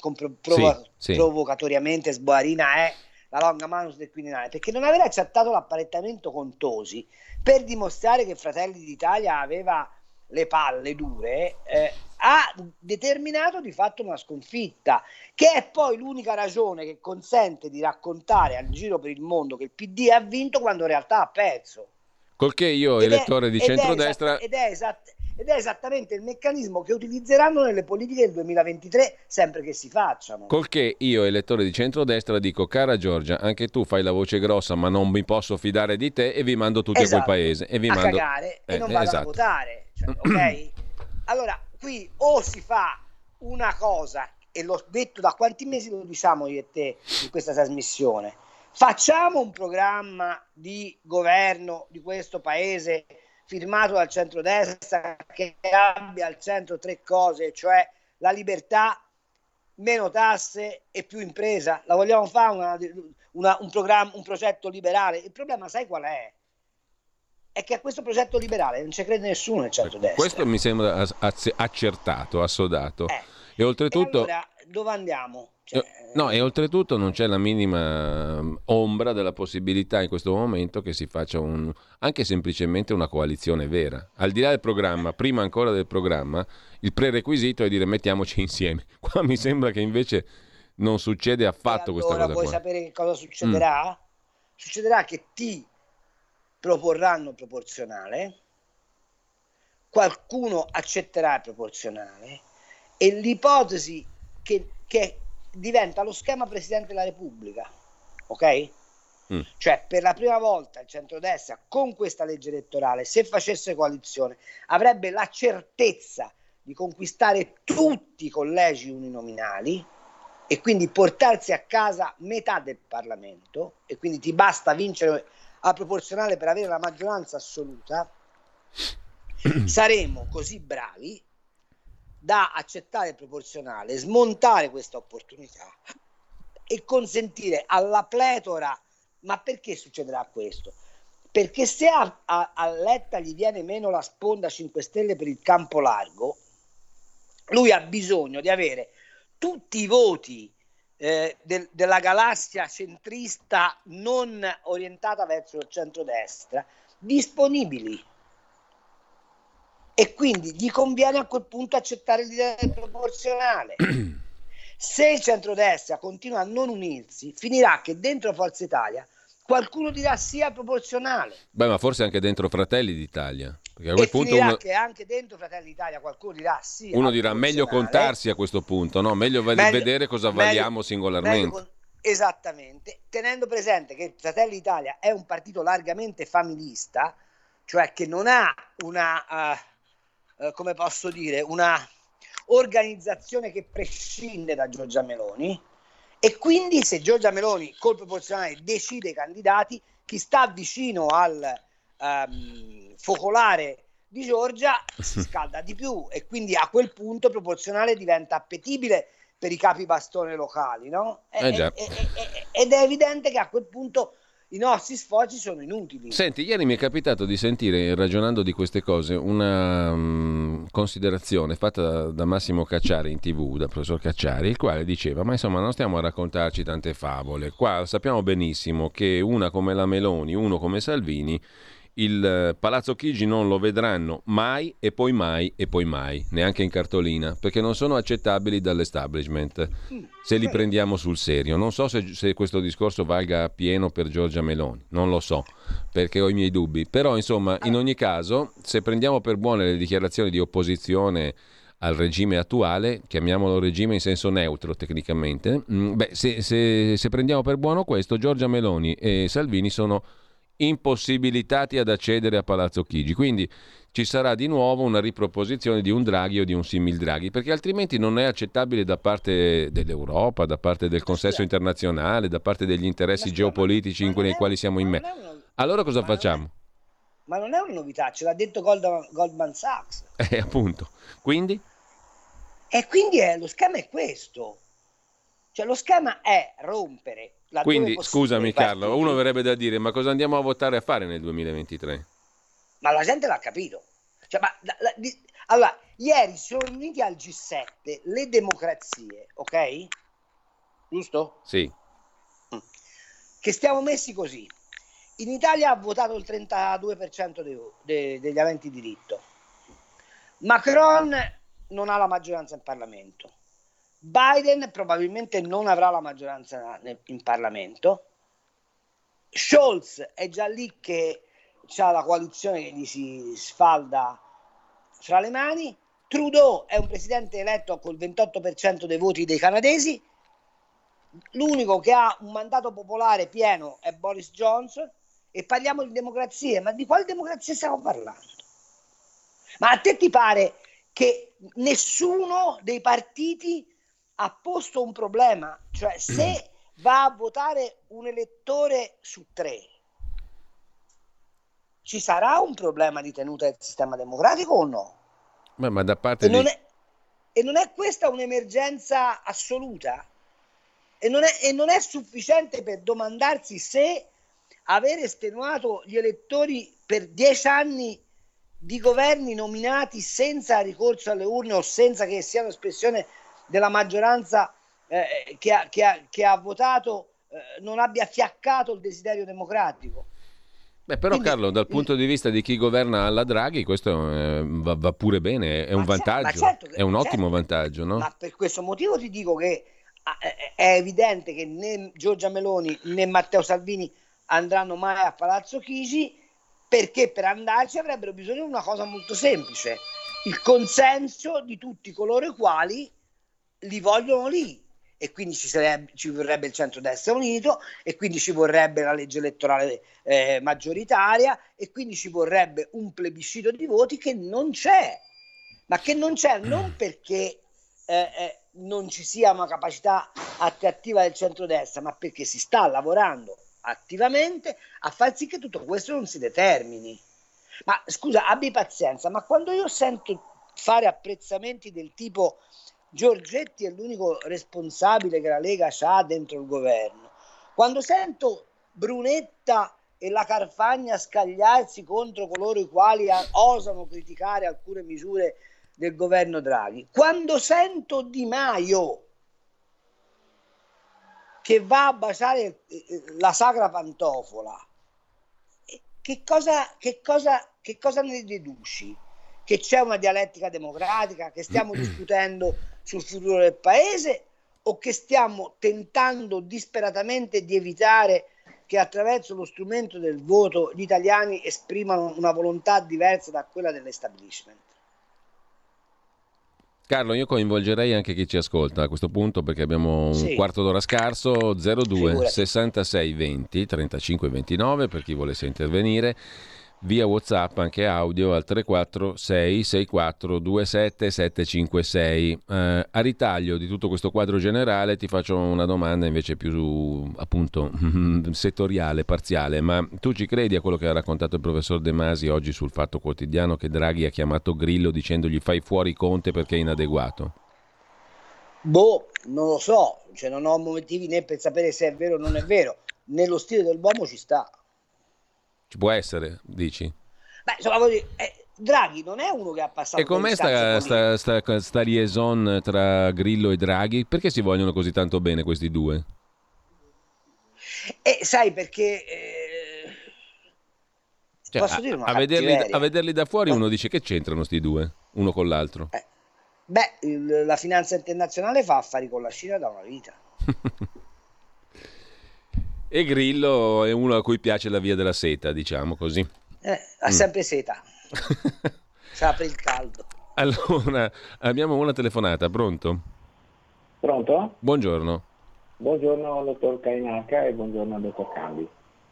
provocatoriamente Sboarina è la longa manus del Quirinale? Perché non aver accettato l'apparentamento con Tosi per dimostrare che Fratelli d'Italia aveva le palle dure, ha determinato di fatto una sconfitta, che è poi l'unica ragione che consente di raccontare al giro per il mondo che il PD ha vinto quando in realtà ha perso. Col che io, elettore di centrodestra... Ed è esattamente il meccanismo che utilizzeranno nelle politiche del 2023, sempre che si facciano. Col che io, elettore di centrodestra, dico: cara Giorgia, anche tu fai la voce grossa, ma non mi posso fidare di te, e vi mando tutti a quel paese. E vi mando... cagare e non vado a votare. Cioè, ok? Allora, qui o si fa una cosa, e l'ho detto da quanti mesi lo diciamo io e te in questa trasmissione, facciamo un programma di governo di questo paese firmato dal centrodestra che abbia al centro tre cose, cioè la libertà, meno tasse e più impresa. La vogliamo fare un programma, un progetto liberale? Il problema sai qual è? È che a questo progetto liberale non ci crede nessuno nel centrodestra. Questo mi sembra accertato, assodato. E oltretutto... E allora dove andiamo? No, e oltretutto non c'è la minima ombra della possibilità in questo momento che si faccia anche semplicemente una coalizione vera. Al di là del programma, prima ancora del programma, il prerequisito è dire mettiamoci insieme. Qua mi sembra che invece non succede affatto questa cosa qua. Vuoi sapere che cosa succederà? Succederà che ti proporranno proporzionale, qualcuno accetterà il proporzionale e l'ipotesi che diventa lo schema Presidente della Repubblica, ok? Cioè, per la prima volta il centrodestra con questa legge elettorale, se facesse coalizione, avrebbe la certezza di conquistare tutti i collegi uninominali e quindi portarsi a casa metà del Parlamento, e quindi ti basta vincere a proporzionale per avere la maggioranza assoluta. Saremo così bravi da accettare il proporzionale, smontare questa opportunità e consentire alla pletora. Ma perché succederà questo? Perché se a Letta gli viene meno la sponda 5 Stelle per il campo largo, lui ha bisogno di avere tutti i voti della galassia centrista non orientata verso il centrodestra disponibili. E quindi gli conviene a quel punto accettare l'idea del proporzionale. Se il centrodestra continua a non unirsi, finirà che dentro Forza Italia qualcuno dirà sì al proporzionale. Beh, ma forse anche dentro Fratelli d'Italia. Perché a quel punto finirà che anche dentro Fratelli d'Italia qualcuno dirà sì. Uno dirà meglio contarsi a questo punto, no? Meglio vedere cosa valiamo singolarmente. Esattamente, tenendo presente che Fratelli d'Italia è un partito largamente familista, cioè che non ha una... come posso dire, una organizzazione che prescinde da Giorgia Meloni, e quindi se Giorgia Meloni col proporzionale decide i candidati, chi sta vicino al focolare di Giorgia si scalda di più, e quindi a quel punto proporzionale diventa appetibile per i capi bastone locali, no? Ed è evidente che a quel punto i nostri sforzi sono inutili. Senti, ieri mi è capitato di sentire, ragionando di queste cose, una considerazione fatta da Massimo Cacciari in TV, da professor Cacciari, il quale diceva: ma insomma non stiamo a raccontarci tante favole, qua sappiamo benissimo che una come la Meloni, uno come Salvini, il Palazzo Chigi non lo vedranno mai e poi mai e poi mai, neanche in cartolina, perché non sono accettabili dall'establishment se li prendiamo sul serio. Non so se questo discorso valga pieno per Giorgia Meloni, non lo so, perché ho i miei dubbi, però insomma in ogni caso, se prendiamo per buone le dichiarazioni di opposizione al regime attuale, chiamiamolo regime in senso neutro tecnicamente, se prendiamo per buono questo, Giorgia Meloni e Salvini sono impossibilitati ad accedere a Palazzo Chigi, quindi ci sarà di nuovo una riproposizione di un Draghi o di un simil Draghi, perché altrimenti non è accettabile da parte dell'Europa, da parte del consesso internazionale, da parte degli interessi geopolitici nei quali siamo immersi. Allora cosa facciamo? Ma non è una novità, ce l'ha detto Goldman Sachs. Appunto. Quindi? E quindi lo schema è questo. Cioè lo schema è rompere. Quindi, scusami Carlo, uno verrebbe da dire, ma cosa andiamo a votare a fare nel 2023? Ma la gente l'ha capito. Cioè, allora, ieri si sono riuniti al G7 le democrazie, ok? Giusto? Sì. Che stiamo messi così. In Italia ha votato il 32% degli aventi diritto. Macron non ha la maggioranza in Parlamento. Biden probabilmente non avrà la maggioranza in Parlamento. Scholz è già lì che c'ha la coalizione che gli si sfalda fra le mani. Trudeau è un presidente eletto col 28% dei voti dei canadesi. L'unico che ha un mandato popolare pieno è Boris Johnson. E parliamo di democrazie, ma di quale democrazia stiamo parlando? Ma a te ti pare che nessuno dei partiti ha posto un problema? Cioè, se va a votare un elettore su 3, ci sarà un problema di tenuta del sistema democratico o no? Ma da parte non è questa un'emergenza assoluta? E non è sufficiente per domandarsi se aver estenuato gli elettori per 10 anni di governi nominati senza ricorso alle urne o senza che siano espressione della maggioranza che ha votato non abbia fiaccato il desiderio democratico. Beh, però quindi, Carlo, dal punto di vista di chi governa alla Draghi, questo va pure bene, è un vantaggio, certo è un ottimo vantaggio, no? Ma per questo motivo ti dico che è evidente che né Giorgia Meloni né Matteo Salvini andranno mai a Palazzo Chigi, perché per andarci avrebbero bisogno di una cosa molto semplice: il consenso di tutti coloro i quali li vogliono lì, e quindi ci vorrebbe il centrodestra unito, e quindi ci vorrebbe la legge elettorale maggioritaria, e quindi ci vorrebbe un plebiscito di voti che non c'è, ma che non c'è non perché non ci sia una capacità attrattiva del centrodestra, ma perché si sta lavorando attivamente a far sì che tutto questo non si determini. Ma scusa, abbi pazienza, ma quando io sento fare apprezzamenti del tipo Giorgetti è l'unico responsabile che la Lega ha dentro il governo, quando sento Brunetta e la Carfagna scagliarsi contro coloro i quali osano criticare alcune misure del governo Draghi, quando sento Di Maio che va a baciare la sacra pantofola, che cosa ne deduci? Che c'è una dialettica democratica, che stiamo discutendo sul futuro del paese, o che stiamo tentando disperatamente di evitare che attraverso lo strumento del voto gli italiani esprimano una volontà diversa da quella dell'establishment? Carlo, io coinvolgerei anche chi ci ascolta a questo punto, perché abbiamo un quarto d'ora scarso. 02 66 20 35 29 per chi volesse intervenire, via WhatsApp anche audio al 346 64 27 756. A ritaglio di tutto questo quadro generale ti faccio una domanda invece più appunto settoriale, parziale. Ma tu ci credi a quello che ha raccontato il professor De Masi oggi sul Fatto Quotidiano, che Draghi ha chiamato Grillo dicendogli fai fuori Conte perché è inadeguato? Non lo so, cioè non ho motivi né per sapere se è vero o non è vero. Nello stile dell'uomo ci sta. Ci può essere, dici? Beh, insomma, Draghi non è uno che ha passato. E com'è sta liaison tra Grillo e Draghi? Perché si vogliono così tanto bene questi due? Sai perché cioè, posso dire una a vederli da fuori uno dice che c'entrano sti due, uno con l'altro. La finanza internazionale fa affari con la Cina da una vita. E Grillo è uno a cui piace la via della seta, diciamo così. Ha sempre seta. Si apre il caldo. Allora, abbiamo una telefonata, pronto? Pronto? Buongiorno. Buongiorno al dottor Cainarca e buongiorno al dottor Cambi.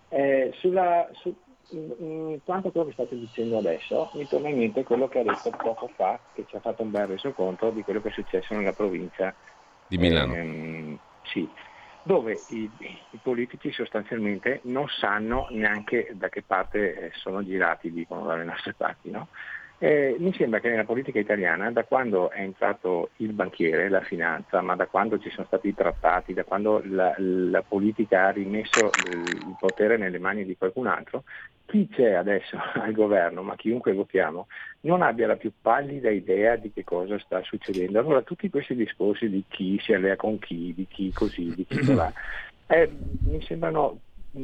Quanto quello che state dicendo adesso, mi torna in mente quello che ha detto poco fa, che ci ha fatto un bel resoconto di quello che è successo nella provincia di Milano. Sì, dove i politici sostanzialmente non sanno neanche da che parte sono girati, dicono dalle nostre parti, no? Mi sembra che nella politica italiana, da quando è entrato il banchiere, la finanza, ma da quando ci sono stati i trattati, da quando la politica ha rimesso il potere nelle mani di qualcun altro, chi c'è adesso al governo, ma chiunque votiamo, non abbia la più pallida idea di che cosa sta succedendo. Allora tutti questi discorsi di chi si allea con chi, di chi così, di chi là, mi sembrano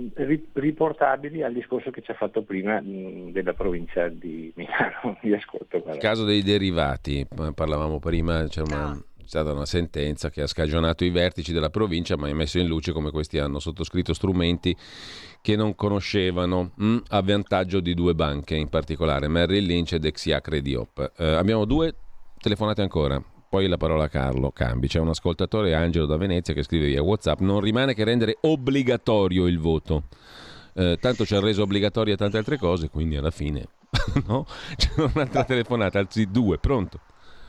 riportabili al discorso che ci ha fatto prima della provincia di Milano. Vi ascolto. Il caso dei derivati, parlavamo prima, c'è stata una sentenza che ha scagionato i vertici della provincia, ma ha messo in luce come questi hanno sottoscritto strumenti che non conoscevano, a vantaggio di due banche in particolare, Merrill Lynch ed Dexia Crediop. Abbiamo 2 telefonate ancora. Poi la parola a Carlo Cambi. C'è un ascoltatore, Angelo da Venezia, che scrive via WhatsApp: non rimane che rendere obbligatorio il voto. Tanto ci ha reso obbligatorie tante altre cose, quindi alla fine no? C'è un'altra telefonata, altri 2, pronto?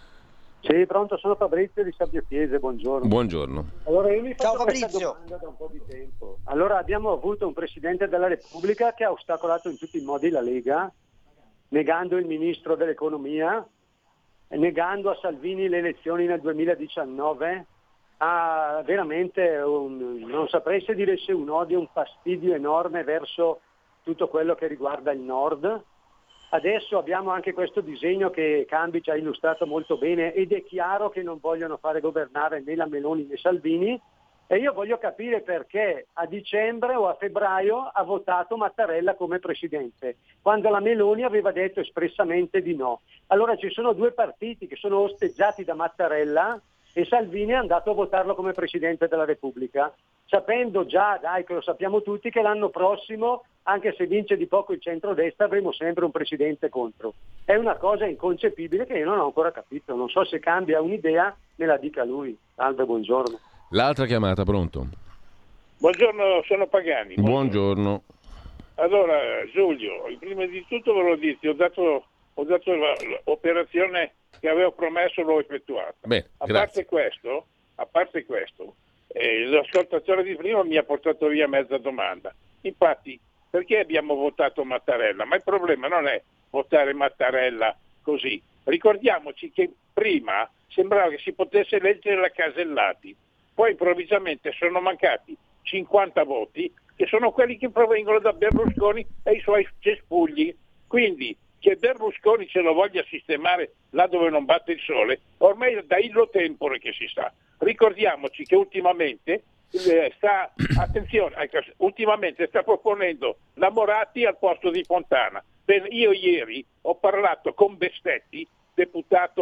Sì, pronto, sono Fabrizio di Sabbio Chiese, buongiorno. Buongiorno. Allora io mi faccio Ciao questa Fabrizio. domanda da un po' di tempo. Allora abbiamo avuto un Presidente della Repubblica che ha ostacolato in tutti i modi la Lega, negando il Ministro dell'Economia, negando a Salvini le elezioni nel 2019, ha veramente non saprei se dire se un odio, un fastidio enorme verso tutto quello che riguarda il Nord. Adesso abbiamo anche questo disegno che Cambi ci ha illustrato molto bene ed è chiaro che non vogliono fare governare né la Meloni né Salvini, e io voglio capire perché a dicembre o a febbraio ha votato Mattarella come presidente, quando la Meloni aveva detto espressamente di no. Allora ci sono 2 partiti che sono osteggiati da Mattarella e Salvini è andato a votarlo come presidente della Repubblica, sapendo già, che lo sappiamo tutti, che l'anno prossimo, anche se vince di poco il centrodestra, avremo sempre un presidente contro. È una cosa inconcepibile che io non ho ancora capito. Non so se cambia un'idea, me la dica lui. Salve, buongiorno. L'altra chiamata, pronto? Buongiorno, sono Pagani. Buongiorno. Allora, Giulio, prima di tutto volevo dirti, ho dato l'operazione che avevo promesso, l'ho effettuata. Beh, a parte questo, l'ascoltatore di prima mi ha portato via mezza domanda. Infatti, perché abbiamo votato Mattarella? Ma il problema non è votare Mattarella così. Ricordiamoci che prima sembrava che si potesse eleggere la Casellati, poi improvvisamente sono mancati 50 voti, che sono quelli che provengono da Berlusconi e i suoi cespugli. Quindi che Berlusconi ce lo voglia sistemare là dove non batte il sole, ormai è da illo tempore che si sa. Ricordiamoci che ultimamente sta proponendo la Moratti al posto di Fontana. Io ieri ho parlato con Bestetti, deputato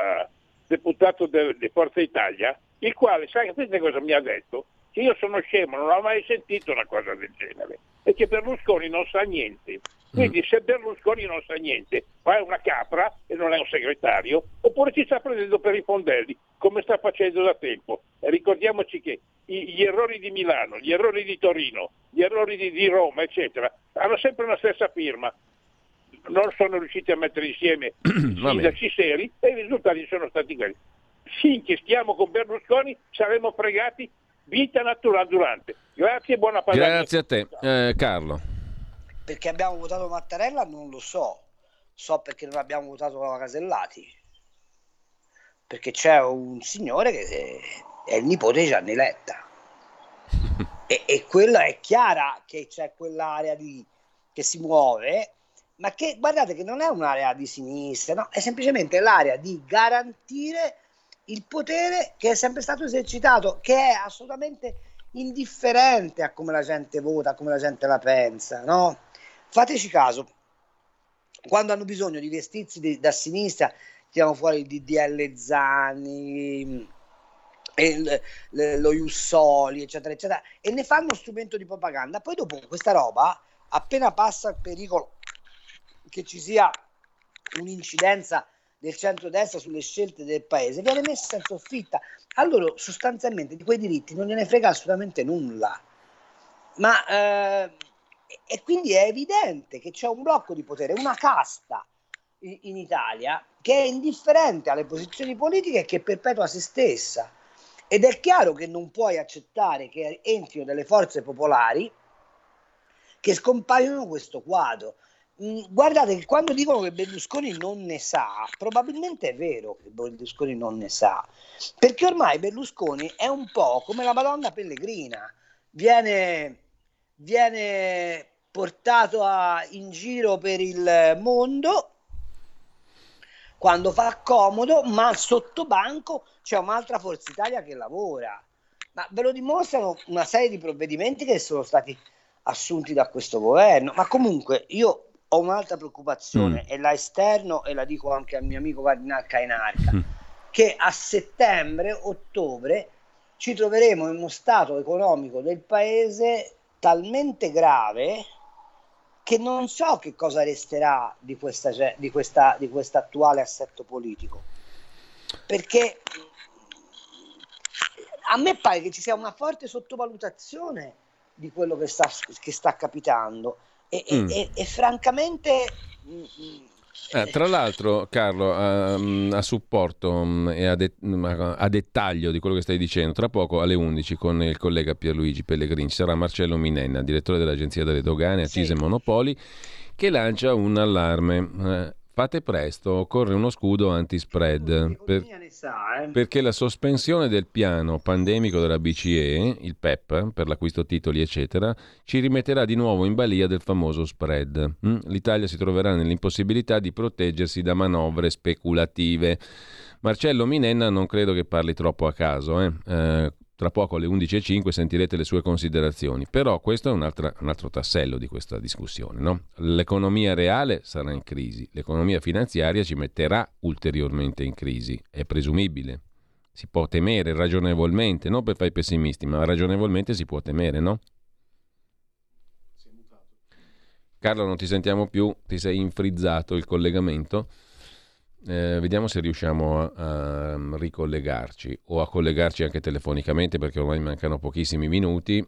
di Forza Italia, il quale, sapete cosa mi ha detto? Che io sono scemo, non ho mai sentito una cosa del genere, e che Berlusconi non sa niente. Quindi se Berlusconi non sa niente, ma è una capra e non è un segretario, oppure ci sta prendendo per i fondelli, come sta facendo da tempo. E ricordiamoci che gli errori di Milano, gli errori di Torino, gli errori di Roma, eccetera, hanno sempre una stessa firma. Non sono riusciti a mettere insieme sindaci seri e i risultati sono stati quelli. Finché stiamo con Berlusconi saremo fregati vita natural durante. Grazie e buona parola. Grazie a te. Carlo. Perché abbiamo votato Mattarella non lo so. So perché non abbiamo votato la Casellati. Perché c'è un signore che è il nipote di Gianni Letta. e quella è chiara che c'è quell'area lì che si muove, ma che guardate che non è un'area di sinistra, no? È semplicemente l'area di garantire il potere che è sempre stato esercitato, che è assolutamente indifferente a come la gente vota, a come la gente la pensa, no? Fateci caso, quando hanno bisogno di vestirsi da sinistra, tirano fuori il DDL Zani, lo Jussoli, eccetera, eccetera, e ne fanno strumento di propaganda. Poi dopo questa roba, appena passa il pericolo che ci sia un'incidenza del centrodestra sulle scelte del paese, viene messa in soffitta. Allora sostanzialmente di quei diritti non gliene frega assolutamente nulla, e quindi è evidente che c'è un blocco di potere, una casta in Italia che è indifferente alle posizioni politiche e che perpetua se stessa, ed è chiaro che non puoi accettare che entrino delle forze popolari che scompaiono questo quadro. Guardate che quando dicono che Berlusconi non ne sa, probabilmente è vero che Berlusconi non ne sa, perché ormai Berlusconi è un po' come la Madonna Pellegrina, viene portato in giro per il mondo quando fa comodo, ma sotto banco c'è un'altra Forza Italia che lavora. Ma ve lo dimostrano una serie di provvedimenti che sono stati assunti da questo governo. Ma comunque io ho un'altra preoccupazione e la esterno e la dico anche al mio amico Cardinal Cainarca, che a settembre-ottobre ci troveremo in uno stato economico del paese talmente grave che non so che cosa resterà di questo attuale assetto politico, perché a me pare che ci sia una forte sottovalutazione di quello che sta capitando e francamente tra l'altro, Carlo, a supporto e a dettaglio di quello che stai dicendo, tra poco alle 11 con il collega Pierluigi Pellegrini ci sarà Marcello Minenna, direttore dell'Agenzia delle Dogane, Accise e Monopoli, che lancia un allarme. Fate presto, occorre uno scudo anti-spread perché la sospensione del piano pandemico della BCE, il PEP, per l'acquisto titoli eccetera, ci rimetterà di nuovo in balia del famoso spread. L'Italia si troverà nell'impossibilità di proteggersi da manovre speculative. Marcello Minenna non credo che parli troppo a caso, Tra poco alle 11.05 sentirete le sue considerazioni, però questo è un altro tassello di questa discussione, no? L'economia reale sarà in crisi, l'economia finanziaria ci metterà ulteriormente in crisi, è presumibile, si può temere ragionevolmente, non per fare i pessimisti, ma ragionevolmente si può temere, no? Carlo, non ti sentiamo più, ti sei infrizzato il collegamento. Vediamo se riusciamo a ricollegarci o a collegarci anche telefonicamente, perché ormai mancano pochissimi minuti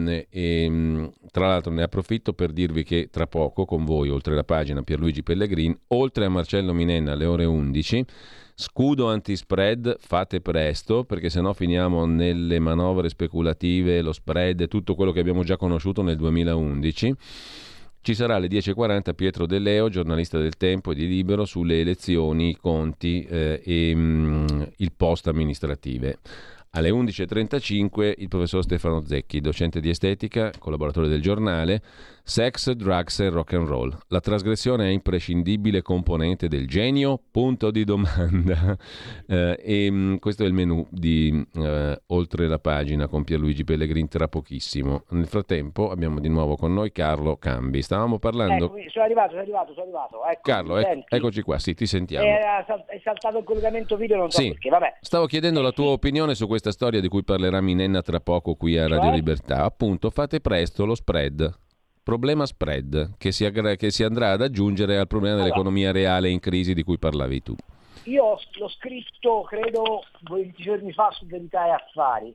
e tra l'altro ne approfitto per dirvi che tra poco con voi, oltre alla pagina Pierluigi Pellegrini, oltre a Marcello Minenna alle ore 11, scudo anti-spread, fate presto perché sennò finiamo nelle manovre speculative, lo spread e tutto quello che abbiamo già conosciuto nel 2011. Ci sarà alle 10.40 Pietro De Leo, giornalista del Tempo e di Libero, sulle elezioni, i conti e il post amministrative. Alle 11.35 il professor Stefano Zecchi, docente di estetica, collaboratore del giornale, sex, drugs e rock and roll. La trasgressione è imprescindibile componente del genio? Punto di domanda. Questo è il menù di Oltre la pagina con Pierluigi Pellegrini tra pochissimo. Nel frattempo abbiamo di nuovo con noi Carlo Cambi. Stavamo parlando... Eccomi, sono arrivato. Ecco, Carlo, eccoci qua, sì, ti sentiamo. È saltato il collegamento video, non so perché, vabbè. Stavo chiedendo la tua opinione su questa storia di cui parlerà Minenna tra poco qui a Radio Libertà. Appunto, fate presto, lo spread. Problema spread che si andrà ad aggiungere al problema dell'economia reale in crisi di cui parlavi tu. Io l'ho scritto, credo, 20 giorni fa su Verità e Affari,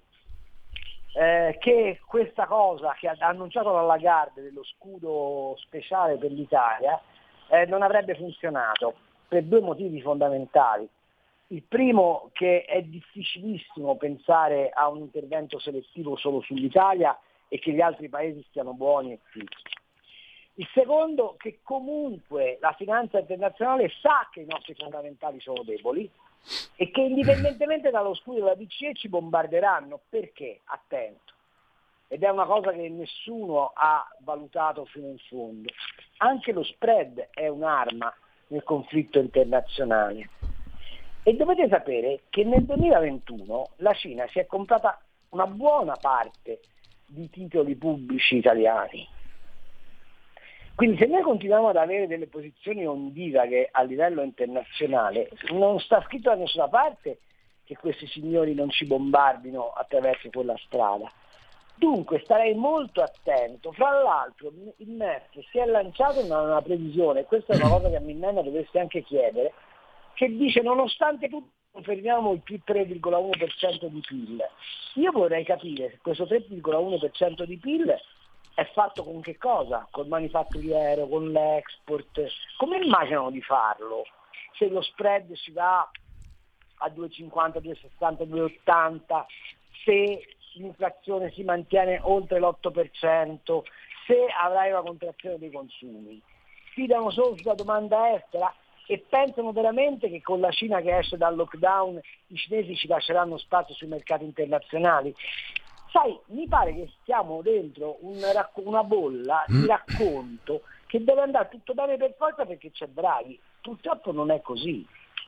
che questa cosa che ha annunciato la Lagarde dello scudo speciale per l'Italia non avrebbe funzionato per due motivi fondamentali. Il primo, che è difficilissimo pensare a un intervento selettivo solo sull'Italia e che gli altri paesi stiano buoni e zitti. Il secondo, che comunque la finanza internazionale sa che i nostri fondamentali sono deboli e che indipendentemente dallo scudo della BCE ci bombarderanno. Perché? Attento. Ed è una cosa che nessuno ha valutato fino in fondo. Anche lo spread è un'arma nel conflitto internazionale. E dovete sapere che nel 2021 la Cina si è comprata una buona parte di titoli pubblici italiani. Quindi se noi continuiamo ad avere delle posizioni ondivaghe a livello internazionale, non sta scritto da nessuna parte che questi signori non ci bombardino attraverso quella strada. Dunque starei molto attento. Fra l'altro il MEF si è lanciato in una previsione, questa è una cosa che a Minenna dovreste anche chiedere, che dice nonostante tutto confermiamo il più 3,1% di PIL. Io vorrei capire se questo 3,1% di PIL è fatto con che cosa? Col manifatturiero, con l'export? Come immaginano di farlo? Se lo spread si va a 2,50, 2,60, 2,80, se l'inflazione si mantiene oltre l'8%, se avrai una contrazione dei consumi. fidano solo sulla domanda estera e pensano veramente che con la Cina che esce dal lockdown i cinesi ci lasceranno spazio sui mercati internazionali. Sai, mi pare che stiamo dentro una bolla di racconto che deve andare tutto bene per forza perché c'è Draghi. Purtroppo non è così.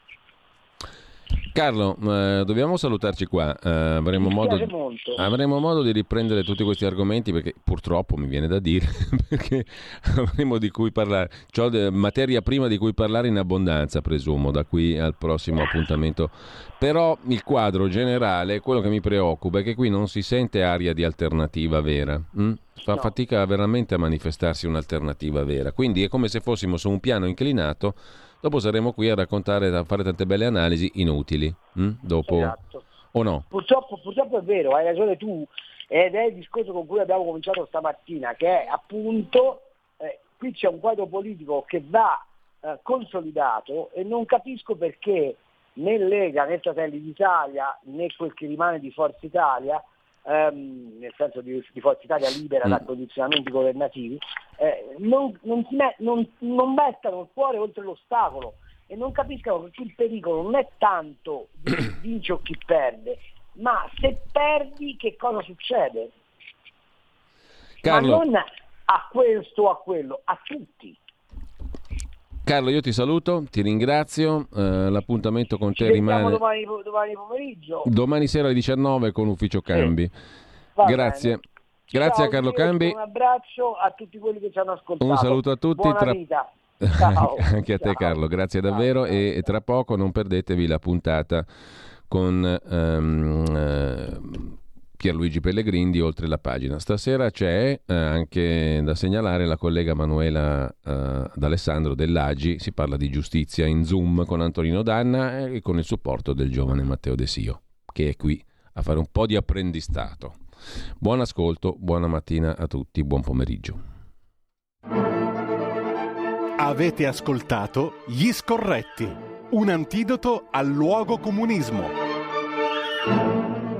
Carlo, dobbiamo salutarci qua, avremo modo di riprendere tutti questi argomenti perché purtroppo mi viene da dire perché avremo di cui parlare, c'ho materia prima di cui parlare in abbondanza, presumo, da qui al prossimo appuntamento, però il quadro generale, quello che mi preoccupa è che qui non si sente aria di alternativa vera, fa fatica veramente a manifestarsi un'alternativa vera, quindi è come se fossimo su un piano inclinato. Dopo saremo qui a raccontare, a fare tante belle analisi inutili. Dopo, esatto. O no? Purtroppo è vero, hai ragione tu, ed è il discorso con cui abbiamo cominciato stamattina, che è appunto, qui c'è un quadro politico che va consolidato e non capisco perché né Lega, né Fratelli d'Italia, né quel che rimane di Forza Italia, nel senso di Forza Italia libera da condizionamenti governativi, non mettano il cuore oltre l'ostacolo e non capiscano che il pericolo non è tanto chi vince o chi perde, ma se perdi che cosa succede? Carlo, ma non a questo o a quello, a tutti. Carlo, io ti saluto, ti ringrazio, l'appuntamento con te rimane domani pomeriggio. Domani sera alle 19 con Ufficio Cambi. Grazie. Bene. Grazie Ciao, a Carlo Cambi. Un abbraccio a tutti quelli che ci hanno ascoltato. Un saluto a tutti. Buona vita. Ciao. Anche a te Carlo, grazie davvero. E tra poco non perdetevi la puntata con Pierluigi Pellegrini di Oltre la Pagina. Stasera c'è anche da segnalare la collega Manuela D'Alessandro dell'Agi, si parla di giustizia in Zoom con Antonino Danna e con il supporto del giovane Matteo De Sio, che è qui a fare un po' di apprendistato. Buon ascolto, buona mattina a tutti, buon pomeriggio. Avete ascoltato Gli Scorretti, un antidoto al luogo comunismo.